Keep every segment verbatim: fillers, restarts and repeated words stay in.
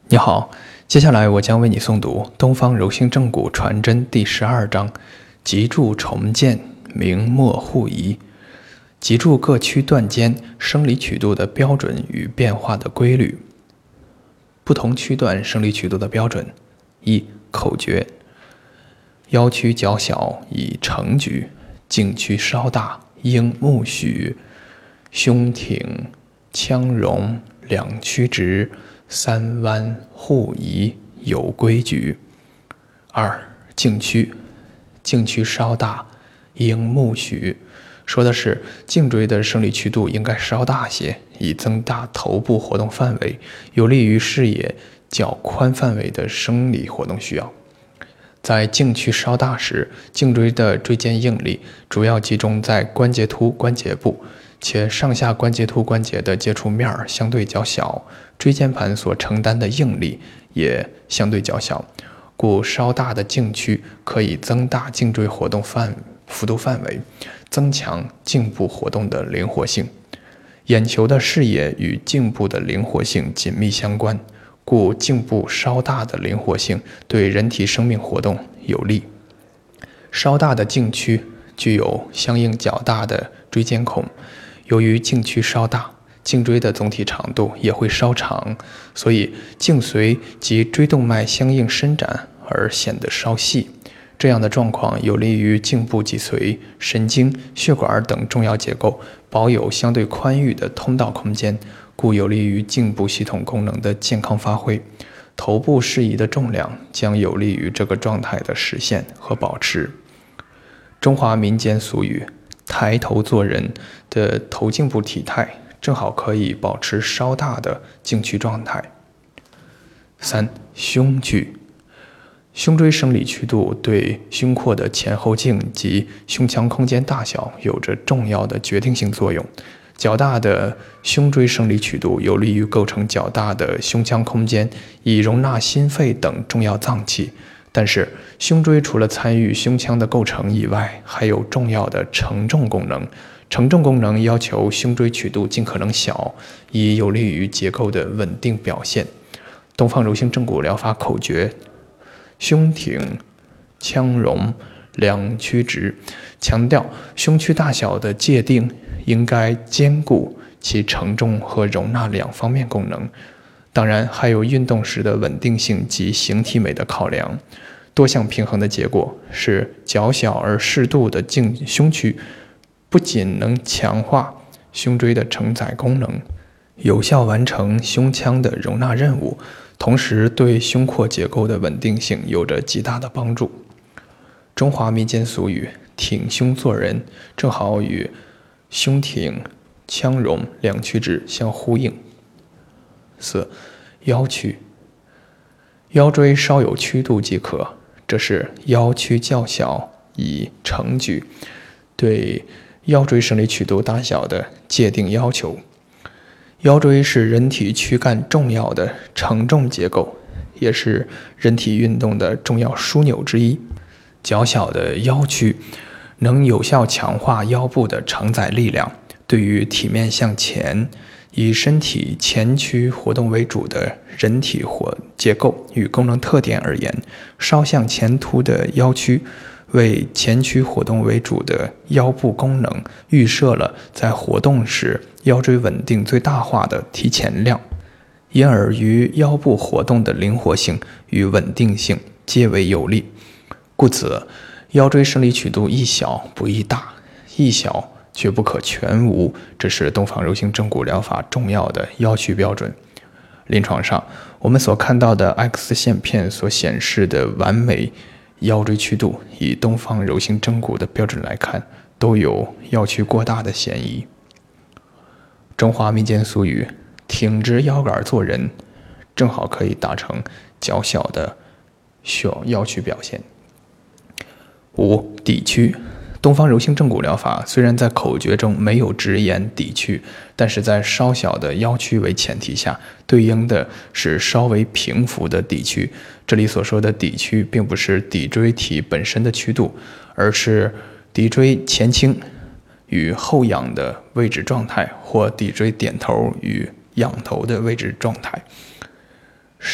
你好，接下来我将为你诵读《东方柔性正骨传真》第十二章：脊柱重建，明末互移。脊柱各区段间生理曲度的标准与变化的规律。不同区段生理曲度的标准：一、口诀：腰区较小，以成举；颈区稍大，应目许；胸挺，腔容，两曲直。三弯互移有规矩。二、颈区，颈区稍大，应目许，说的是颈椎的生理曲度应该稍大些，以增大头部活动范围，有利于视野较宽范围的生理活动需要。在颈区稍大时，颈椎的椎间应力主要集中在关节突关节部，且上下关节突关节的接触面相对较小，椎间盘所承担的应力也相对较小，故稍大的颈区可以增大颈椎活动范幅度范围，增强颈部活动的灵活性。眼球的视野与颈部的灵活性紧密相关，故颈部稍大的灵活性对人体生命活动有利。稍大的颈区具有相应较大的椎间孔，由于颈区稍大，颈椎的总体长度也会稍长，所以颈髓及椎动脉相应伸展而显得稍细。这样的状况有利于颈部脊髓、神经、血管等重要结构保有相对宽裕的通道空间，故有利于颈部系统功能的健康发挥。头部适宜的重量将有利于这个状态的实现和保持。中华民间俗语抬头做人的头颈部体态正好可以保持稍大的颈区状态。三、胸区，胸椎生理曲度对胸廓的前后径及胸腔空间大小有着重要的决定性作用。较大的胸椎生理曲度有利于构成较大的胸腔空间，以容纳心肺等重要脏器。但是，胸椎除了参与胸腔的构成以外，还有重要的承重功能。承重功能要求胸椎曲度尽可能小，以有利于结构的稳定表现。东方柔性正骨疗法口诀：胸挺，腔容，两曲直，强调胸区大小的界定应该兼顾其承重和容纳两方面功能。当然，还有运动时的稳定性及形体美的考量。多项平衡的结果是较小而适度的颈胸区不仅能强化胸椎的承载功能，有效完成胸腔的容纳任务，同时对胸廓结构的稳定性有着极大的帮助。中华民间俗语挺胸做人正好与胸挺、腔容、两曲直相呼应。四、腰区，腰椎稍有曲度即可，这是腰区较小，以成举，对腰椎生理曲度大小的界定要求。腰椎是人体躯干重要的承重结构，也是人体运动的重要枢纽之一。较小的腰区能有效强化腰部的承载力量，对于体面向前、以身体前区活动为主的人体活结构与功能特点而言，稍向前凸的腰区为前区活动为主的腰部功能预设了在活动时腰椎稳定最大化的提前量，因而于腰部活动的灵活性与稳定性皆为有利。故此，腰椎生理曲度宜小不宜大，宜小却不可全无，这是东方柔性正骨疗法重要的腰区标准。临床上，我们所看到的 X 线片所显示的完美腰椎曲度，以东方柔性正骨的标准来看，都有腰区过大的嫌疑。中华民间俗语挺直腰杆做人正好可以达成较小的小腰区表现。五、骶区，东方柔性正骨疗法虽然在口诀中没有直言骶区，但是在稍小的腰区为前提下，对应的是稍微平伏的骶区。这里所说的骶区并不是骶椎体本身的曲度，而是骶椎前倾与后仰的位置状态，或骶椎点头与仰头的位置状态。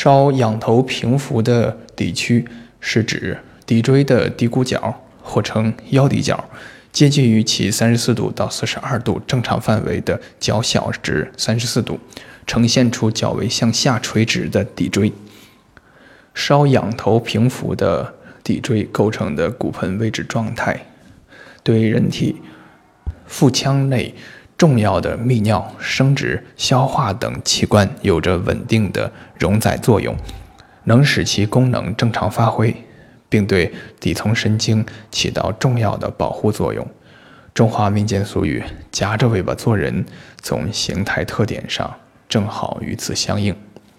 稍仰头平伏的骶屈是指骶椎的骶骨角，或称腰骶角，接近于其三十四度到四十二度正常范围的较小至三十四度，呈现出较为向下垂直的骶椎。稍仰头平伏的骶椎构成的骨盆位置状态，对人体腹腔内重要的泌尿、生殖、消化等器官有着稳定的容载作用，能使其功能正常发挥，并对底层神经起到重要的保护作用。中华民间俗语“夹着尾巴做人”从形态特点上正好与此相应。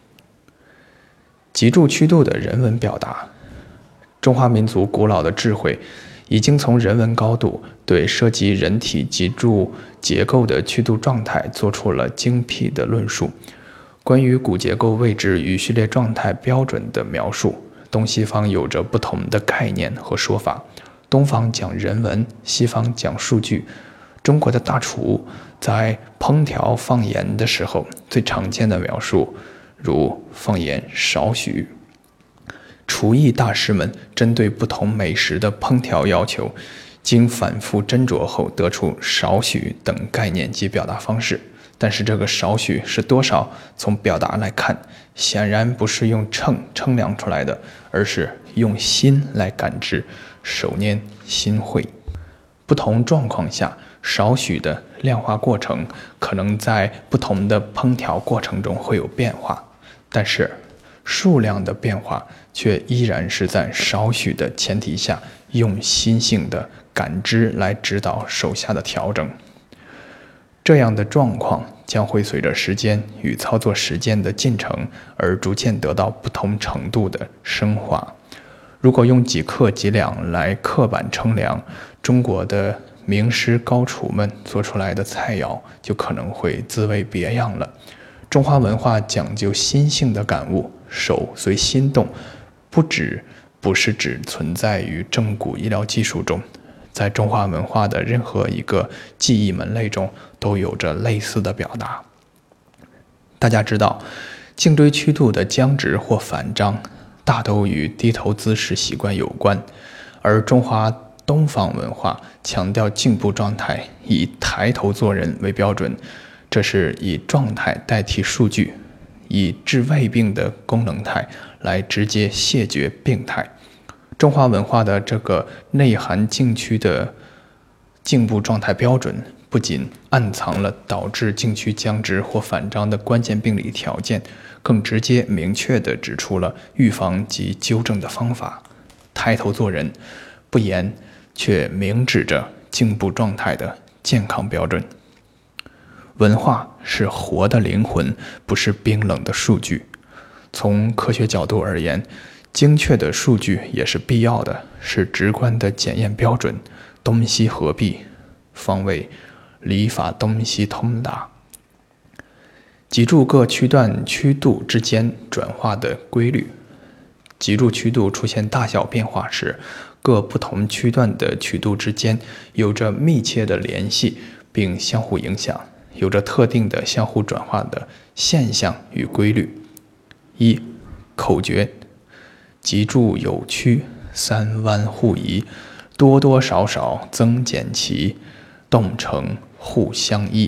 脊柱曲度的人文表达，中华民族古老的智慧已经从人文高度对涉及人体脊柱结构的曲度状态做出了精辟的论述。关于骨结构位置与序列状态标准的描述，东西方有着不同的概念和说法。东方讲人文，西方讲数据。中国的大厨在烹调放盐的时候，最常见的描述如放盐少许。厨艺大师们针对不同美食的烹调要求，经反复斟酌后得出少许等概念及表达方式。但是这个少许是多少，从表达来看，显然不是用秤称量出来的，而是用心来感知，手拈心会。不同状况下，少许的量化过程可能在不同的烹调过程中会有变化，但是数量的变化却依然是在少许的前提下，用心性的感知来指导手下的调整。这样的状况将会随着时间与操作时间的进程而逐渐得到不同程度的升华。如果用几克几两来刻板称量，中国的名师高厨们做出来的菜肴就可能会滋味别样了。中华文化讲究心性的感悟，手随心动，不只不是只存在于正骨医疗技术中，在中华文化的任何一个技艺门类中都有着类似的表达。大家知道，颈椎曲度的僵直或反张大都与低头姿势习惯有关，而中华东方文化强调颈部状态以抬头做人为标准，这是以状态代替数据，以治胃病的功能态来直接谢绝病态。中华文化的这个内含颈曲的颈部状态标准，不仅暗藏了导致颈曲僵直或反张的关键病理条件，更直接明确地指出了预防及纠正的方法。抬头做人，不言却明指着颈部状态的健康标准。文化是活的灵魂，不是冰冷的数据。从科学角度而言，精确的数据也是必要的，是直观的检验标准。东西合璧，方为理法东西通达。脊柱各区段曲度之间转化的规律。脊柱曲度出现大小变化时，各不同区段的曲度之间有着密切的联系，并相互影响，有着特定的相互转化的现象与规律。一、口诀：脊柱有曲，三弯互移，多多少少增减其，动成互相依。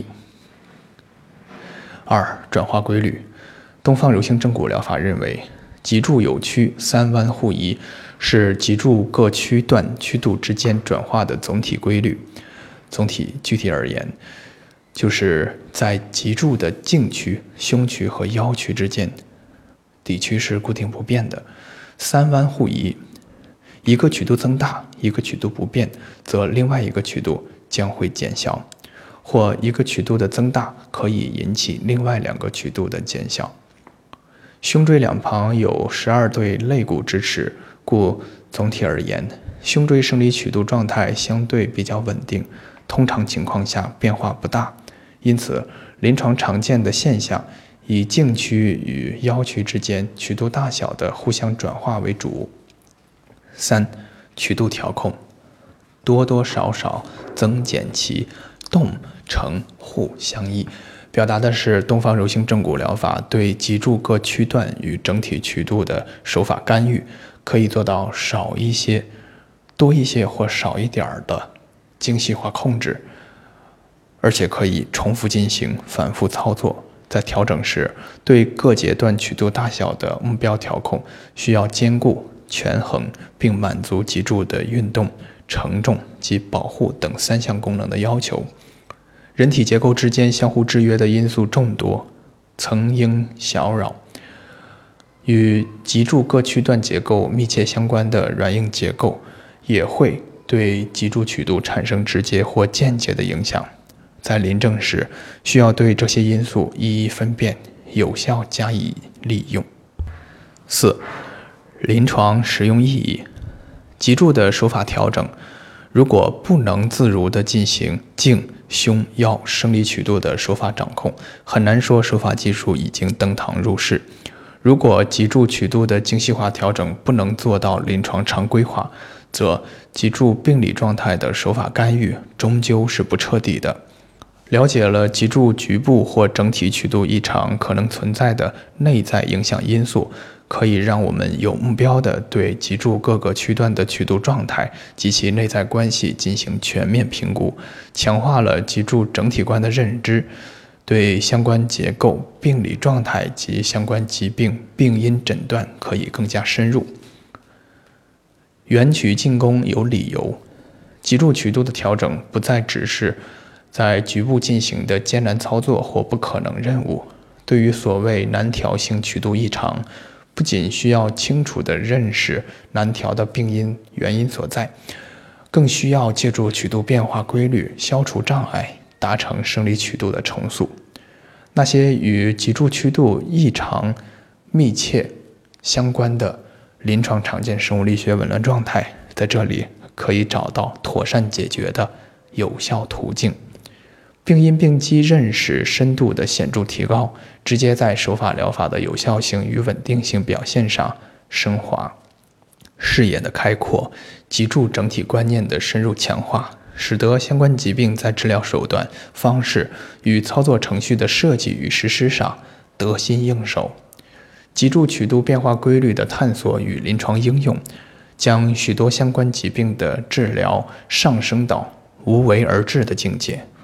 二、转化规律。东方柔性正骨疗法认为，脊柱有曲，三弯互移是脊柱各区段曲度之间转化的总体规律。总体具体而言，就是在脊柱的颈区、胸区和腰区之间，骶屈是固定不变的。三弯互移，一个曲度增大，一个曲度不变，则另外一个曲度将会减小，或一个曲度的增大可以引起另外两个曲度的减小。胸椎两旁有十二对肋骨支持，故总体而言，胸椎生理曲度状态相对比较稳定，通常情况下变化不大。因此，临床常见的现象以颈区与腰区之间曲度大小的互相转化为主。三、曲度调控，多多少少增减其，动成互相依， 表达的是东方柔性正骨疗法对脊柱各区段与整体曲度的手法干预，可以做到少一些、多一些或少一点的精细化控制，而且可以重复进行、反复操作。在调整时，对各节段曲度大小的目标调控需要兼顾、权衡，并满足脊柱的运动、承重及保护等三项功能的要求。人体结构之间相互制约的因素众多，层因小扰。与脊柱各区段结构密切相关的软硬结构，也会对脊柱曲度产生直接或间接的影响。在临证时，需要对这些因素一一分辨，有效加以利用。四、临床实用意义。脊柱的手法调整，如果不能自如地进行颈、胸、腰生理曲度的手法掌控，很难说手法技术已经登堂入室。如果脊柱曲度的精细化调整不能做到临床常规化，则脊柱病理状态的手法干预终究是不彻底的。了解了脊柱局部或整体曲度异常可能存在的内在影响因素，可以让我们有目标地对脊柱各个区段的曲度状态及其内在关系进行全面评估，强化了脊柱整体观的认知，对相关结构、病理状态及相关疾病病因诊断可以更加深入。原曲进攻有理由，脊柱曲度的调整不再只是在局部进行的艰难操作或不可能任务。对于所谓难调性曲度异常，不仅需要清楚地认识难调的病因原因所在，更需要借助曲度变化规律消除障碍，达成生理曲度的重塑。那些与脊柱曲度异常密切相关的临床常见生物力学紊乱状态，在这里可以找到妥善解决的有效途径。病因病机认识深度的显著提高，直接在手法疗法的有效性与稳定性表现上升华。视野的开阔，脊柱整体观念的深入强化，使得相关疾病在治疗手段、方式与操作程序的设计与实施上得心应手。脊柱曲度变化规律的探索与临床应用，将许多相关疾病的治疗上升到无为而治的境界。